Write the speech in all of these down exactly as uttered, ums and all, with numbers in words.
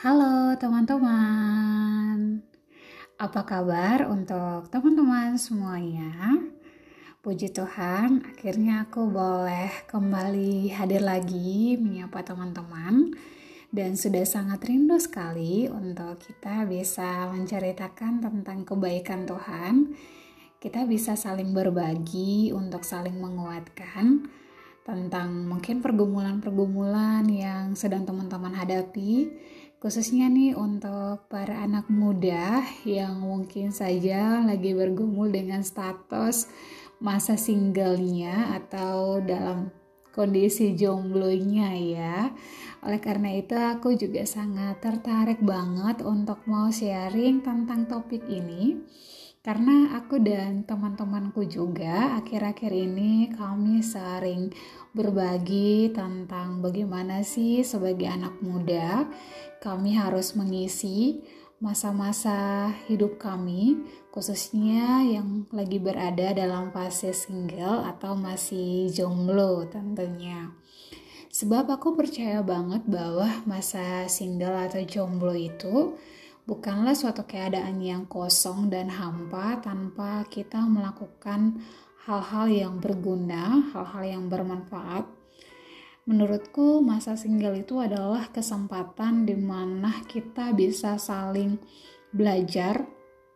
Halo teman-teman, apa kabar untuk teman-teman semuanya? Puji Tuhan, akhirnya aku boleh kembali hadir lagi menyapa teman-teman. Dan sudah sangat rindu sekali untuk kita bisa menceritakan tentang kebaikan Tuhan. Kita bisa saling berbagi untuk saling menguatkan tentang mungkin pergumulan-pergumulan yang sedang teman-teman hadapi, khususnya nih untuk para anak muda yang mungkin saja lagi bergumul dengan status masa singlenya atau dalam kondisi jomblonya ya. Oleh karena itu aku juga sangat tertarik banget untuk mau sharing tentang topik ini. Karena aku dan teman-temanku juga akhir-akhir ini kami sering berbagi tentang bagaimana sih sebagai anak muda kami harus mengisi masa-masa hidup kami, khususnya yang lagi berada dalam fase single atau masih jomblo tentunya. Sebab aku percaya banget bahwa masa single atau jomblo itu bukanlah suatu keadaan yang kosong dan hampa tanpa kita melakukan hal-hal yang berguna, hal-hal yang bermanfaat. Menurutku masa single itu adalah kesempatan di mana kita bisa saling belajar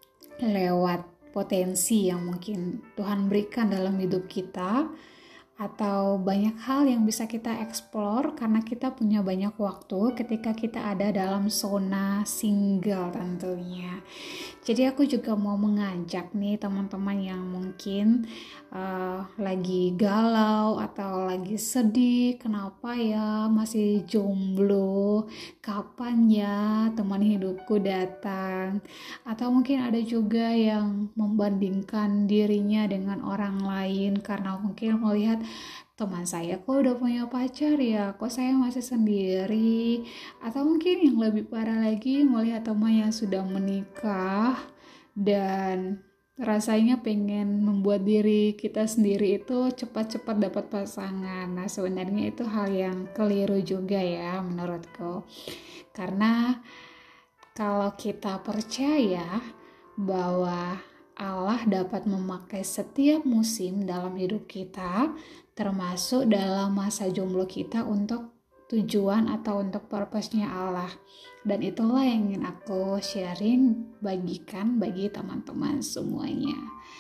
lewat potensi yang mungkin Tuhan berikan dalam hidup kita, atau banyak hal yang bisa kita explore karena kita punya banyak waktu ketika kita ada dalam zona single tentunya. Jadi aku juga mau mengajak nih teman-teman yang mungkin uh, lagi galau atau lagi sedih, kenapa ya masih jomblo, kapan ya teman hidupku datang, atau mungkin ada juga yang membandingkan dirinya dengan orang lain karena mungkin melihat teman saya kok udah punya pacar ya, kok saya masih sendiri. Atau mungkin yang lebih parah lagi melihat teman yang sudah menikah dan rasanya pengen membuat diri kita sendiri itu cepat-cepat dapat pasangan. Nah sebenarnya itu hal yang keliru juga ya menurutku. Karena kalau kita percaya bahwa Allah dapat memakai setiap musim dalam hidup kita, termasuk dalam masa jomblo kita untuk tujuan atau untuk purpose-nya Allah. Dan itulah yang ingin aku sharing, bagikan bagi teman-teman semuanya.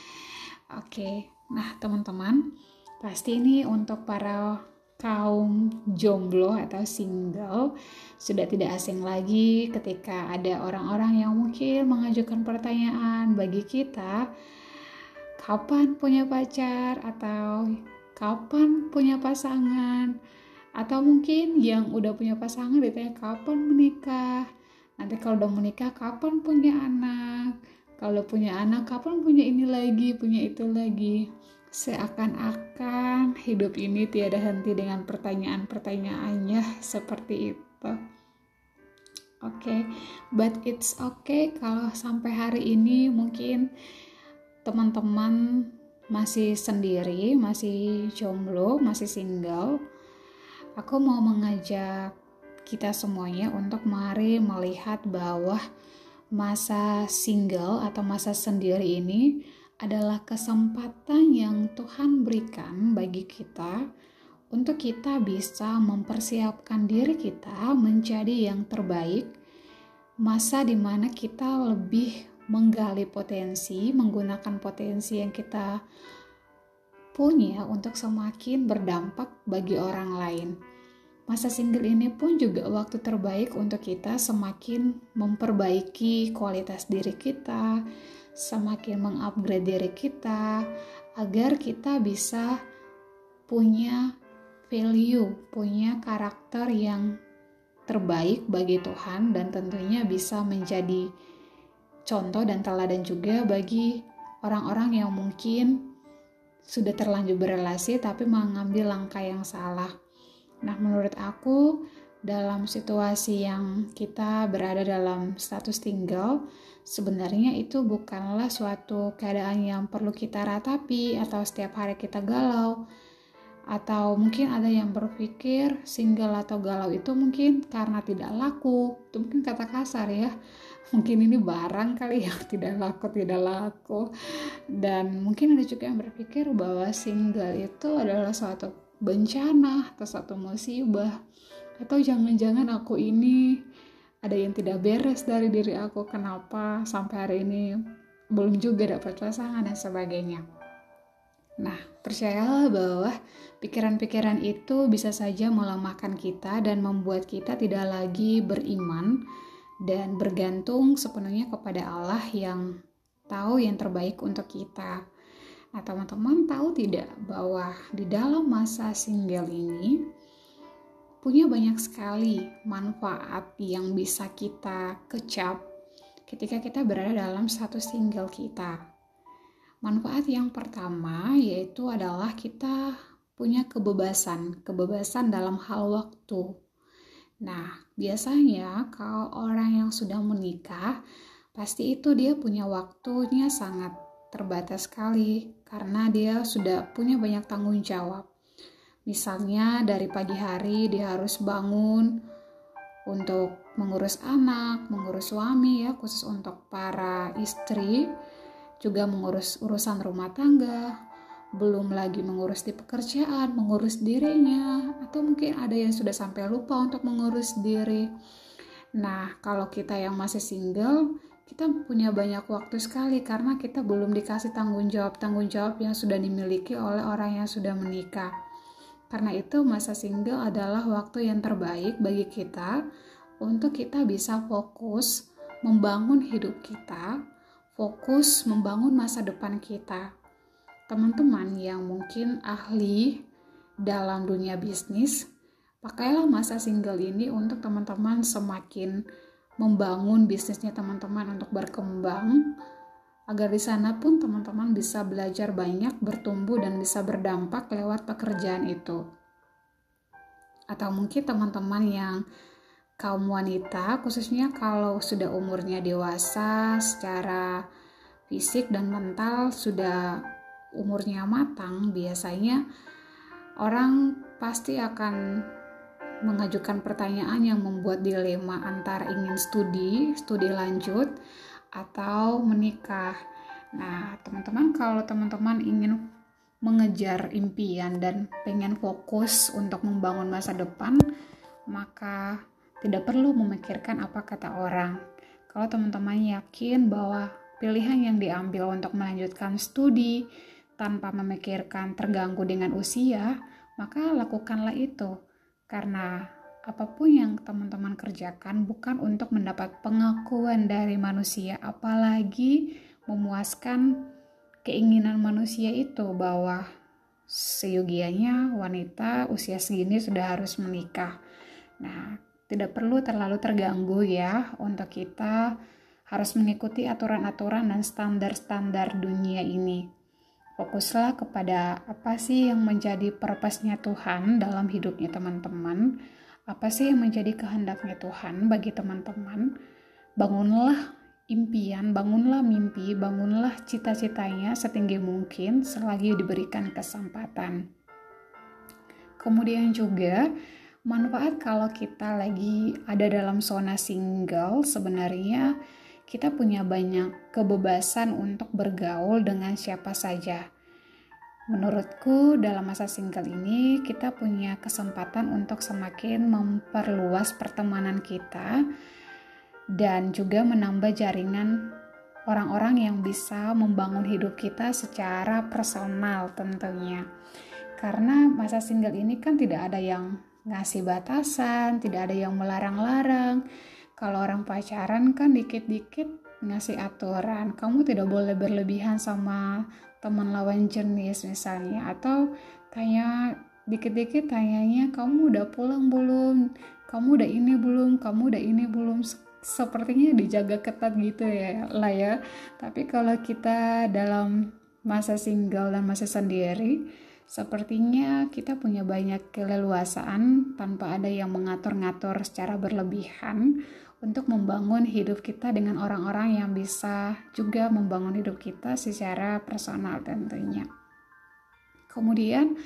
Oke, nah teman-teman, pasti ini untuk para kaum jomblo atau single sudah tidak asing lagi ketika ada orang-orang yang mungkin mengajukan pertanyaan bagi kita, kapan punya pacar atau kapan punya pasangan, atau mungkin yang udah punya pasangan ditanya kapan menikah, nanti kalau udah menikah kapan punya anak, kalau punya anak kapan punya ini lagi, punya itu lagi. Seakan-akan hidup ini tiada henti dengan pertanyaan-pertanyaannya seperti itu. Oke, okay. But it's okay kalau sampai hari ini mungkin teman-teman masih sendiri, masih jomblo, masih single. Aku mau mengajak kita semuanya untuk mari melihat bahwa masa single atau masa sendiri ini adalah kesempatan yang Tuhan berikan bagi kita untuk kita bisa mempersiapkan diri kita menjadi yang terbaik, masa di mana kita lebih menggali potensi, menggunakan potensi yang kita punya untuk semakin berdampak bagi orang lain. Masa single ini pun juga waktu terbaik untuk kita semakin memperbaiki kualitas diri kita, semakin mengupgrade diri kita, agar kita bisa punya value, punya karakter yang terbaik bagi Tuhan, dan tentunya bisa menjadi contoh dan teladan juga bagi orang-orang yang mungkin sudah terlanjur berelasi tapi mengambil langkah yang salah. Nah, menurut aku dalam situasi yang kita berada dalam status single, sebenarnya itu bukanlah suatu keadaan yang perlu kita ratapi atau setiap hari kita galau Atau mungkin ada yang berpikir single atau galau itu mungkin karena tidak laku. Itu mungkin kata kasar ya. Mungkin ini barang kali ya, tidak laku, tidak laku. Dan mungkin ada juga yang berpikir bahwa single itu adalah suatu bencana atau suatu musibah. Atau jangan-jangan aku ini ada yang tidak beres dari diri aku. Kenapa sampai hari ini belum juga dapat pasangan dan sebagainya. Nah, percayalah bahwa pikiran-pikiran itu bisa saja melemahkan kita dan membuat kita tidak lagi beriman dan bergantung sepenuhnya kepada Allah yang tahu yang terbaik untuk kita. Nah, teman-teman tahu tidak bahwa di dalam masa single ini punya banyak sekali manfaat yang bisa kita kecap ketika kita berada dalam satu single kita. Manfaat yang pertama yaitu adalah kita punya kebebasan, kebebasan dalam hal waktu. Nah, biasanya kalau orang yang sudah menikah, pasti itu dia punya waktunya sangat terbatas sekali karena dia sudah punya banyak tanggung jawab. Misalnya dari pagi hari dia harus bangun untuk mengurus anak, mengurus suami ya, khusus untuk para istri, juga mengurus urusan rumah tangga, belum lagi mengurus di pekerjaan, mengurus dirinya, atau mungkin ada yang sudah sampai lupa untuk mengurus diri. Nah, kalau kita yang masih single, kita punya banyak waktu sekali karena kita belum dikasih tanggung jawab-tanggung jawab yang sudah dimiliki oleh orang yang sudah menikah. Karena itu masa single adalah waktu yang terbaik bagi kita untuk kita bisa fokus membangun hidup kita, fokus membangun masa depan kita. Teman-teman yang mungkin ahli dalam dunia bisnis, pakailah masa single ini untuk teman-teman semakin membangun bisnisnya teman-teman untuk berkembang, agar di sana pun teman-teman bisa belajar banyak, bertumbuh dan bisa berdampak lewat pekerjaan itu. Atau mungkin teman-teman yang kaum wanita, khususnya kalau sudah umurnya dewasa, secara fisik dan mental sudah umurnya matang, biasanya orang pasti akan mengajukan pertanyaan yang membuat dilema antara ingin studi, studi lanjut, atau menikah. Nah, teman-teman, kalau teman-teman ingin mengejar impian dan pengen fokus untuk membangun masa depan, maka tidak perlu memikirkan apa kata orang. Kalau teman-teman yakin bahwa pilihan yang diambil untuk melanjutkan studi tanpa memikirkan terganggu dengan usia, maka lakukanlah itu. Karena apapun yang teman-teman kerjakan bukan untuk mendapat pengakuan dari manusia, apalagi memuaskan keinginan manusia itu bahwa seyogianya wanita usia segini sudah harus menikah. Nah, tidak perlu terlalu terganggu ya untuk kita harus mengikuti aturan-aturan dan standar-standar dunia ini. Fokuslah kepada apa sih yang menjadi purpose-nya Tuhan dalam hidupnya teman-teman. Apa sih yang menjadi kehendaknya Tuhan bagi teman-teman. Bangunlah impian, bangunlah mimpi, bangunlah cita-citanya setinggi mungkin selagi diberikan kesempatan. Kemudian juga manfaat kalau kita lagi ada dalam zona single, sebenarnya kita punya banyak kebebasan untuk bergaul dengan siapa saja. Menurutku dalam masa single ini kita punya kesempatan untuk semakin memperluas pertemanan kita dan juga menambah jaringan orang-orang yang bisa membangun hidup kita secara personal tentunya. Karena masa single ini kan tidak ada yang ngasih batasan, tidak ada yang melarang-larang. Kalau orang pacaran kan dikit-dikit ngasih aturan, kamu tidak boleh berlebihan sama teman lawan jenis misalnya, atau tanya dikit-dikit tanyanya kamu udah pulang belum, kamu udah ini belum, kamu udah ini belum, sepertinya dijaga ketat gitu ya lah ya. Tapi kalau kita dalam masa single dan masa sendiri, sepertinya kita punya banyak keleluasaan tanpa ada yang mengatur-ngatur secara berlebihan untuk membangun hidup kita dengan orang-orang yang bisa juga membangun hidup kita secara personal tentunya. Kemudian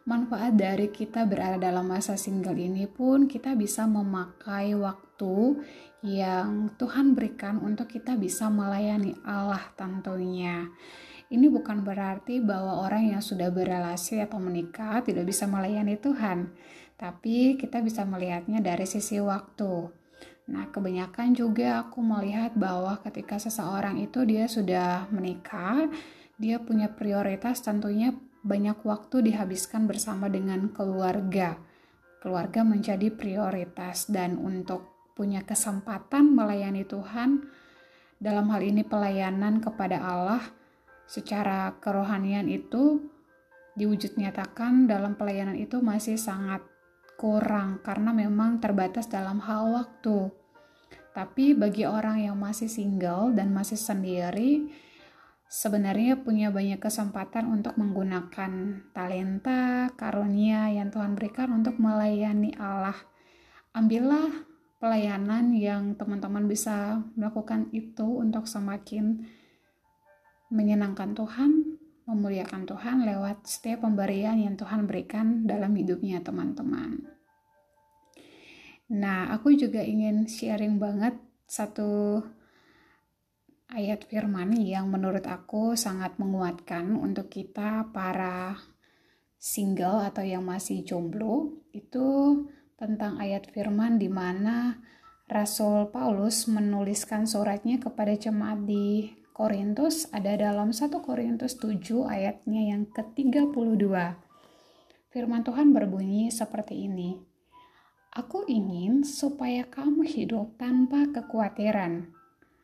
manfaat dari kita berada dalam masa single ini pun kita bisa memakai waktu yang Tuhan berikan untuk kita bisa melayani Allah tentunya. Ini bukan berarti bahwa orang yang sudah berelasi atau menikah tidak bisa melayani Tuhan, tapi kita bisa melihatnya dari sisi waktu. Nah, kebanyakan juga aku melihat bahwa ketika seseorang itu dia sudah menikah, dia punya prioritas tentunya banyak waktu dihabiskan bersama dengan keluarga. Keluarga menjadi prioritas, dan untuk punya kesempatan melayani Tuhan, dalam hal ini pelayanan kepada Allah secara kerohanian itu diwujud nyatakan dalam pelayanan itu masih sangat kurang karena memang terbatas dalam hal waktu. Tapi bagi orang yang masih single dan masih sendiri, sebenarnya punya banyak kesempatan untuk menggunakan talenta, karunia yang Tuhan berikan untuk melayani Allah. Ambillah pelayanan yang teman-teman bisa melakukan itu untuk semakin menyenangkan Tuhan, memuliakan Tuhan lewat setiap pemberian yang Tuhan berikan dalam hidupnya teman-teman. Nah, aku juga ingin sharing banget satu ayat firman yang menurut aku sangat menguatkan untuk kita para single atau yang masih jomblo. Itu tentang ayat firman di mana Rasul Paulus menuliskan suratnya kepada jemaat di Korintus, ada dalam satu Korintus tujuh ayatnya yang ke tiga puluh dua. Firman Tuhan berbunyi seperti ini. Aku ingin supaya kamu hidup tanpa kekhawatiran.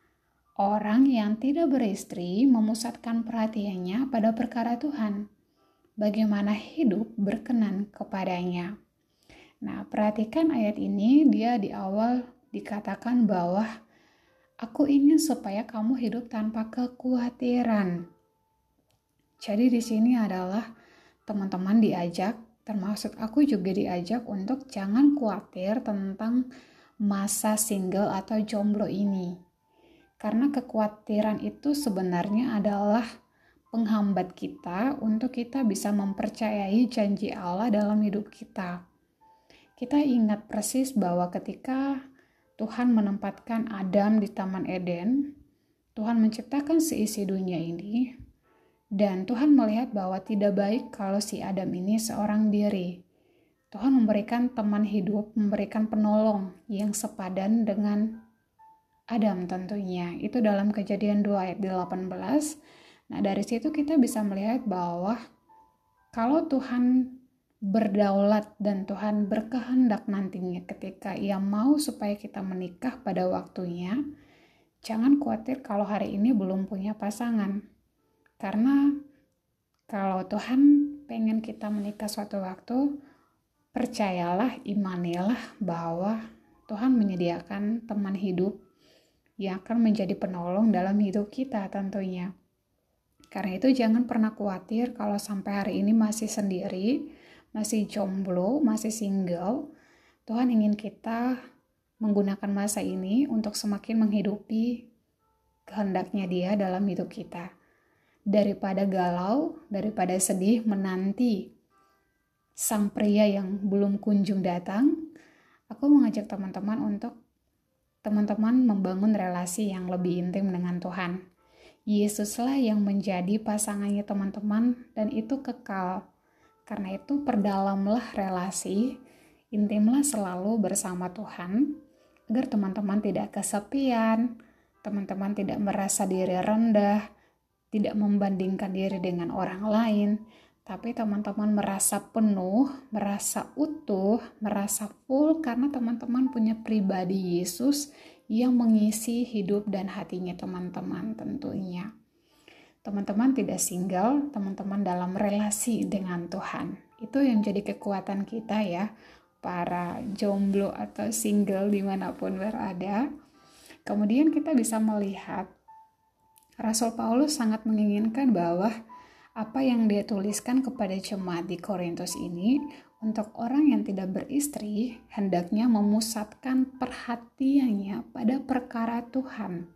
Orang yang tidak beristri memusatkan perhatiannya pada perkara Tuhan, bagaimana hidup berkenan kepadanya. Nah, perhatikan ayat ini, dia di awal dikatakan bahwa aku ingin supaya kamu hidup tanpa kekhawatiran. Jadi di sini adalah teman-teman diajak, termasuk aku juga diajak untuk jangan khawatir tentang masa single atau jomblo ini. Karena kekhawatiran itu sebenarnya adalah penghambat kita untuk kita bisa mempercayai janji Allah dalam hidup kita. Kita ingat persis bahwa ketika Tuhan menempatkan Adam di Taman Eden, Tuhan menciptakan seisi dunia ini, dan Tuhan melihat bahwa tidak baik kalau si Adam ini seorang diri. Tuhan memberikan teman hidup, memberikan penolong yang sepadan dengan Adam tentunya. Itu dalam Kejadian dua ayat delapan belas. Nah, dari situ kita bisa melihat bahwa kalau Tuhan berdaulat dan Tuhan berkehendak nantinya ketika Ia mau supaya kita menikah pada waktunya, jangan khawatir kalau hari ini belum punya pasangan. Karena kalau Tuhan pengen kita menikah suatu waktu, percayalah, imanilah bahwa Tuhan menyediakan teman hidup yang akan menjadi penolong dalam hidup kita tentunya. Karena itu jangan pernah khawatir kalau sampai hari ini masih sendiri, masih jomblo, masih single. Tuhan ingin kita menggunakan masa ini untuk semakin menghidupi kehendaknya Dia dalam hidup kita. Daripada galau, daripada sedih menanti sang pria yang belum kunjung datang, aku mengajak teman-teman untuk teman-teman membangun relasi yang lebih intim dengan Tuhan. Yesuslah yang menjadi pasangannya teman-teman, dan itu kekal. Karena itu perdalamlah relasi, intimlah selalu bersama Tuhan, agar teman-teman tidak kesepian, teman-teman tidak merasa diri rendah, tidak membandingkan diri dengan orang lain, tapi teman-teman merasa penuh, merasa utuh, merasa full karena teman-teman punya pribadi Yesus yang mengisi hidup dan hatinya teman-teman tentunya. Teman-teman tidak single, teman-teman dalam relasi dengan Tuhan. Itu yang jadi kekuatan kita ya, para jomblo atau single dimanapun berada. Kemudian kita bisa melihat Rasul Paulus sangat menginginkan bahwa apa yang dia tuliskan kepada jemaat di Korintus ini untuk orang yang tidak beristri hendaknya memusatkan perhatiannya pada perkara Tuhan.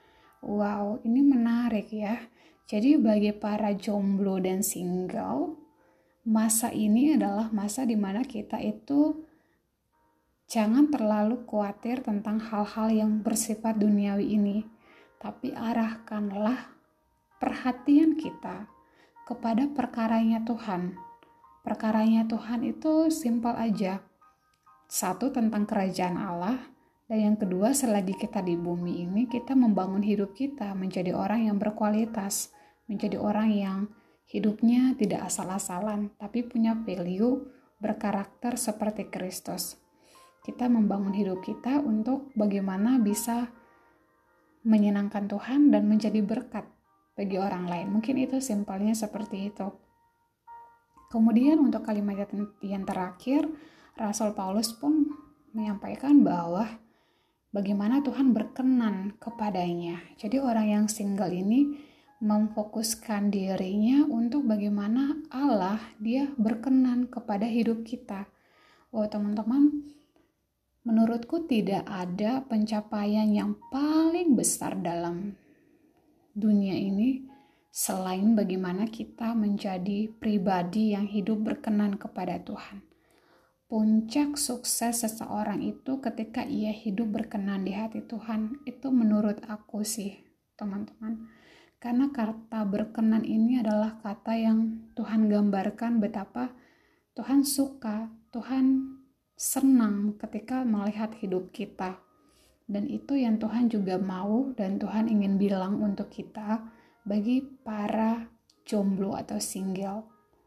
Wow, ini menarik ya. Jadi bagi para jomblo dan single, masa ini adalah masa dimana kita itu jangan terlalu khawatir tentang hal-hal yang bersifat duniawi ini, tapi arahkanlah perhatian kita kepada perkaranya Tuhan. Perkaranya Tuhan itu simpel aja. Satu, tentang kerajaan Allah, dan yang kedua, selagi kita di bumi ini, kita membangun hidup kita menjadi orang yang berkualitas, menjadi orang yang hidupnya tidak asal-asalan, tapi punya value, berkarakter seperti Kristus. Kita membangun hidup kita untuk bagaimana bisa menyenangkan Tuhan dan menjadi berkat bagi orang lain. Mungkin itu simpelnya seperti itu. Kemudian untuk kalimat yang terakhir, Rasul Paulus pun menyampaikan bahwa bagaimana Tuhan berkenan kepadanya. Jadi orang yang single ini memfokuskan dirinya untuk bagaimana Allah dia berkenan kepada hidup kita. Oh teman-teman, menurutku tidak ada pencapaian yang paling besar dalam dunia ini selain bagaimana kita menjadi pribadi yang hidup berkenan kepada Tuhan. Puncak sukses seseorang itu ketika ia hidup berkenan di hati Tuhan. Itu menurut aku sih, teman-teman. Karena kata berkenan ini adalah kata yang Tuhan gambarkan betapa Tuhan suka, Tuhan senang ketika melihat hidup kita. Dan itu yang Tuhan juga mau dan Tuhan ingin bilang untuk kita bagi para jomblo atau single.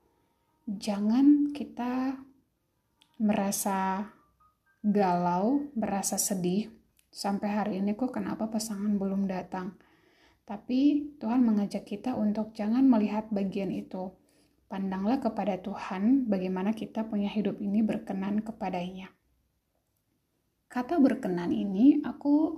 Jangan kita merasa galau, merasa sedih, sampai hari ini kok kenapa pasangan belum datang. Tapi Tuhan mengajak kita untuk jangan melihat bagian itu. Pandanglah kepada Tuhan bagaimana kita punya hidup ini berkenan kepadanya. Kata berkenan ini aku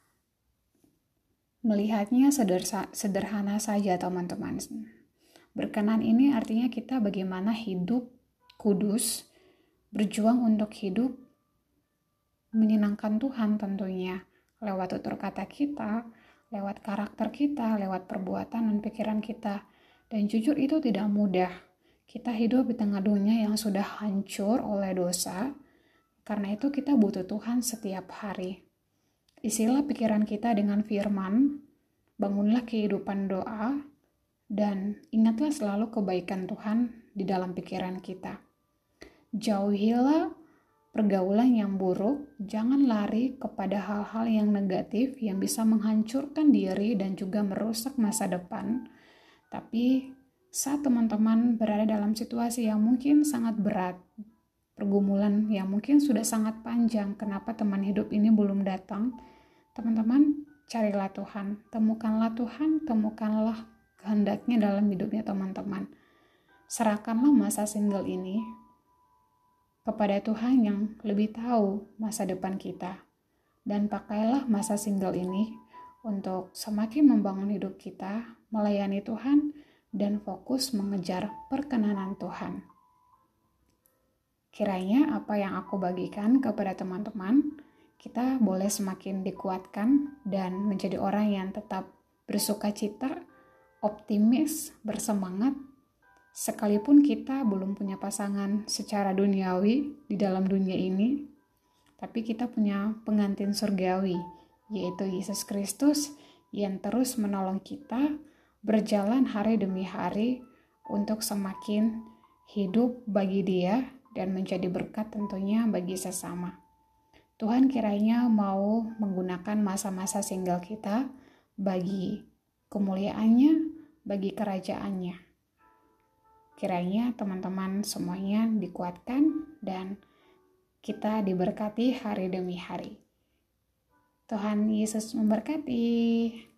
melihatnya sederhana saja teman-teman. Berkenan ini artinya kita bagaimana hidup kudus, berjuang untuk hidup menyenangkan Tuhan tentunya. Lewat tutur kata kita, lewat karakter kita, lewat perbuatan dan pikiran kita. Dan jujur itu tidak mudah. Kita hidup di tengah dunia yang sudah hancur oleh dosa. Karena itu kita butuh Tuhan setiap hari. Isilah pikiran kita dengan firman, bangunlah kehidupan doa, dan ingatlah selalu kebaikan Tuhan di dalam pikiran kita. Jauhilah pergaulan yang buruk, jangan lari kepada hal-hal yang negatif yang bisa menghancurkan diri dan juga merusak masa depan. Tapi saat teman-teman berada dalam situasi yang mungkin sangat berat, pergumulan yang mungkin sudah sangat panjang, kenapa teman hidup ini belum datang? Teman-teman, carilah Tuhan, temukanlah Tuhan, temukanlah kehendaknya dalam hidupnya teman-teman. Serahkanlah masa single ini kepada Tuhan yang lebih tahu masa depan kita. Dan pakailah masa single ini untuk semakin membangun hidup kita, melayani Tuhan, dan fokus mengejar perkenanan Tuhan. Kiranya apa yang aku bagikan kepada teman-teman, kita boleh semakin dikuatkan dan menjadi orang yang tetap bersuka cita, optimis, bersemangat, sekalipun kita belum punya pasangan secara duniawi di dalam dunia ini, tapi kita punya pengantin surgawi, yaitu Yesus Kristus yang terus menolong kita berjalan hari demi hari untuk semakin hidup bagi Dia dan menjadi berkat tentunya bagi sesama. Tuhan kiranya mau menggunakan masa-masa single kita bagi kemuliaannya, bagi kerajaannya. Kiranya teman-teman semuanya dikuatkan dan kita diberkati hari demi hari. Tuhan Yesus memberkati.